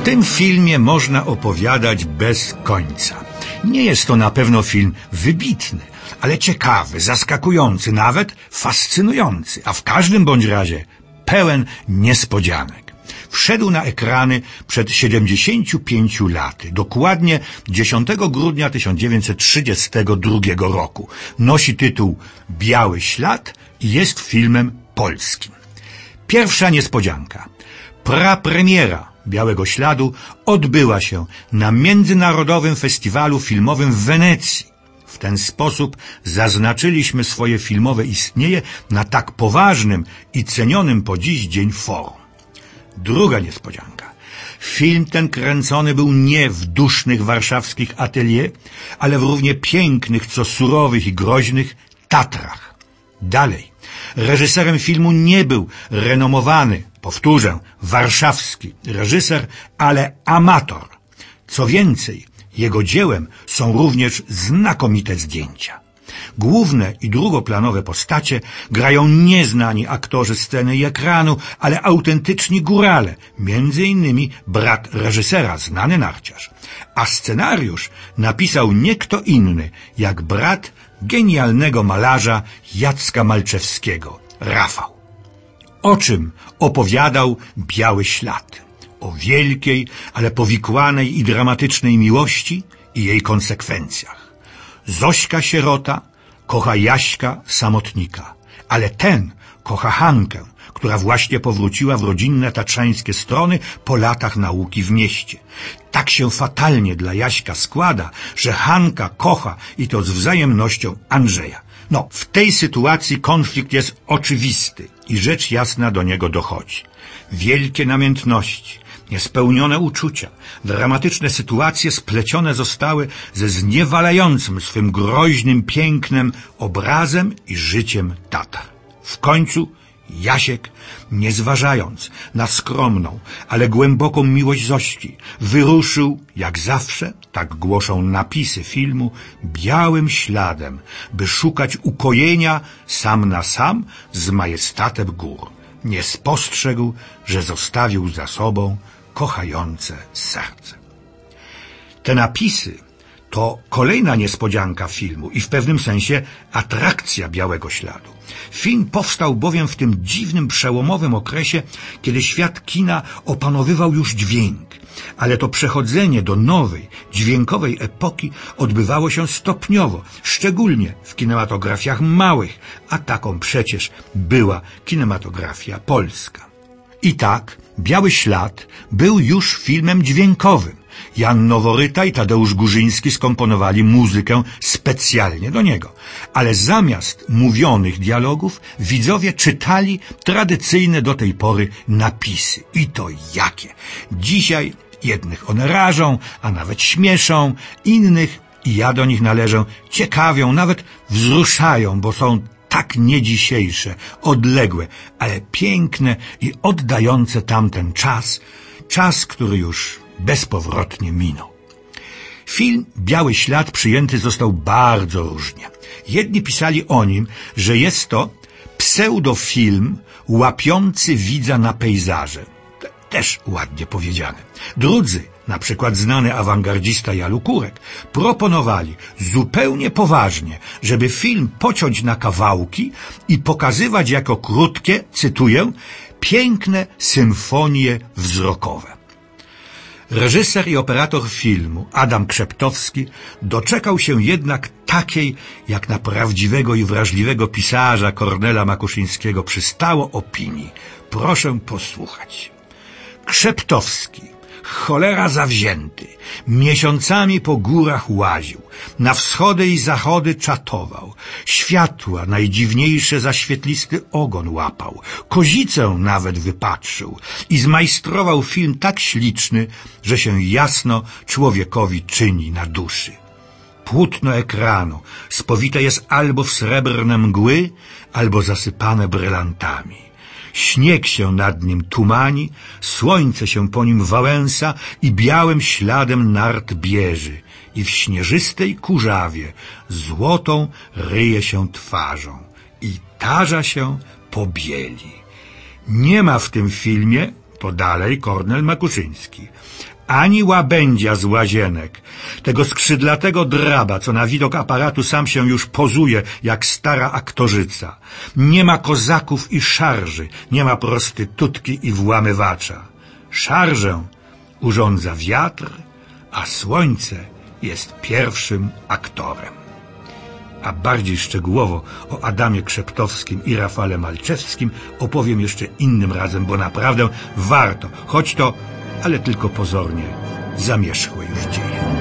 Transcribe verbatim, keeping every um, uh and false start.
tym filmie można opowiadać bez końca. Nie jest to na pewno film wybitny, ale ciekawy, zaskakujący, nawet fascynujący, a w każdym bądź razie pełen niespodzianek. Wszedł na ekrany przed siedemdziesięciu pięciu laty, dokładnie dziesiątego grudnia tysiąc dziewięćset trzydziestego drugiego roku. Nosi tytuł Biały Ślad i jest filmem polskim. Pierwsza niespodzianka. Prapremiera Białego Śladu odbyła się na Międzynarodowym Festiwalu Filmowym w Wenecji. W ten sposób zaznaczyliśmy swoje filmowe istnienie na tak poważnym i cenionym po dziś dzień forum. Druga niespodzianka. Film ten kręcony był nie w dusznych warszawskich atelier, ale w równie pięknych, co surowych i groźnych Tatrach. Dalej. Reżyserem filmu nie był renomowany, powtórzę, warszawski reżyser, ale amator. Co więcej, jego dziełem są również znakomite zdjęcia. Główne i drugoplanowe postacie grają nieznani aktorzy sceny i ekranu, ale autentyczni górale, między innymi brat reżysera, znany narciarz. A scenariusz napisał nie kto inny, jak brat genialnego malarza Jacka Malczewskiego, Rafał. O czym opowiadał Biały Ślad? O wielkiej, ale powikłanej i dramatycznej miłości i jej konsekwencjach. Zośka sierota kocha Jaśka samotnika, ale ten kocha Hankę, która właśnie powróciła w rodzinne tatrzańskie strony po latach nauki w mieście. Tak się fatalnie dla Jaśka składa, że Hanka kocha i to z wzajemnością Andrzeja. No, w tej sytuacji konflikt jest oczywisty i rzecz jasna do niego dochodzi. Wielkie namiętności, niespełnione uczucia, dramatyczne sytuacje splecione zostały ze zniewalającym swym groźnym pięknem obrazem i życiem Tatar. W końcu Jasiek, nie zważając na skromną, ale głęboką miłość Zośki, wyruszył, jak zawsze, tak głoszą napisy filmu, białym śladem, by szukać ukojenia sam na sam z majestatem gór. Nie spostrzegł, że zostawił za sobą kochające serce. Te napisy to kolejna niespodzianka filmu i w pewnym sensie atrakcja Białego Śladu. Film powstał bowiem w tym dziwnym, przełomowym okresie, kiedy świat kina opanowywał już dźwięk, ale to przechodzenie do nowej, dźwiękowej epoki odbywało się stopniowo, szczególnie w kinematografiach małych, a taką przecież była kinematografia polska. I tak Biały Ślad był już filmem dźwiękowym. Jan Noworyta i Tadeusz Górzyński skomponowali muzykę specjalnie do niego. Ale zamiast mówionych dialogów widzowie czytali tradycyjne do tej pory napisy. I to jakie! Dzisiaj jednych one rażą, a nawet śmieszą, innych, i ja do nich należę, ciekawią, nawet wzruszają, bo są tak niedzisiejsze, odległe, ale piękne i oddające tamten czas, czas, który już bezpowrotnie minął. Film Biały Ślad przyjęty został bardzo różnie. Jedni pisali o nim, że jest to pseudofilm łapiący widza na pejzaże. Też ładnie powiedziane. Drudzy, na przykład znany awangardzista Jalu Kurek, proponowali zupełnie poważnie, żeby film pociąć na kawałki i pokazywać jako krótkie, cytuję, piękne symfonie wzrokowe. Reżyser i operator filmu Adam Krzeptowski doczekał się jednak takiej, jak na prawdziwego i wrażliwego pisarza Kornela Makuszyńskiego przystało, opinii. Proszę posłuchać. Krzeptowski, cholera zawzięty, miesiącami po górach łaził, na wschody i zachody czatował, światła najdziwniejsze za świetlisty ogon łapał, kozicę nawet wypatrzył i zmajstrował film tak śliczny, że się jasno człowiekowi czyni na duszy. Płótno ekranu spowite jest albo w srebrne mgły, albo zasypane brylantami. Śnieg się nad nim tumani, słońce się po nim wałęsa i białym śladem nart bieży i w śnieżystej kurzawie złotą ryje się twarzą i tarza się pobieli. Nie ma w tym filmie, bo dalej Kornel Makuszyński. Ani łabędzia z Łazienek, tego skrzydlatego draba, co na widok aparatu sam się już pozuje jak stara aktorzyca. Nie ma kozaków i szarży, nie ma prostytutki i włamywacza. Szarżę urządza wiatr, a słońce jest pierwszym aktorem. A bardziej szczegółowo o Adamie Krzeptowskim i Rafale Malczewskim opowiem jeszcze innym razem, bo naprawdę warto, choć to, ale tylko pozornie, zamierzchłe już dzieje.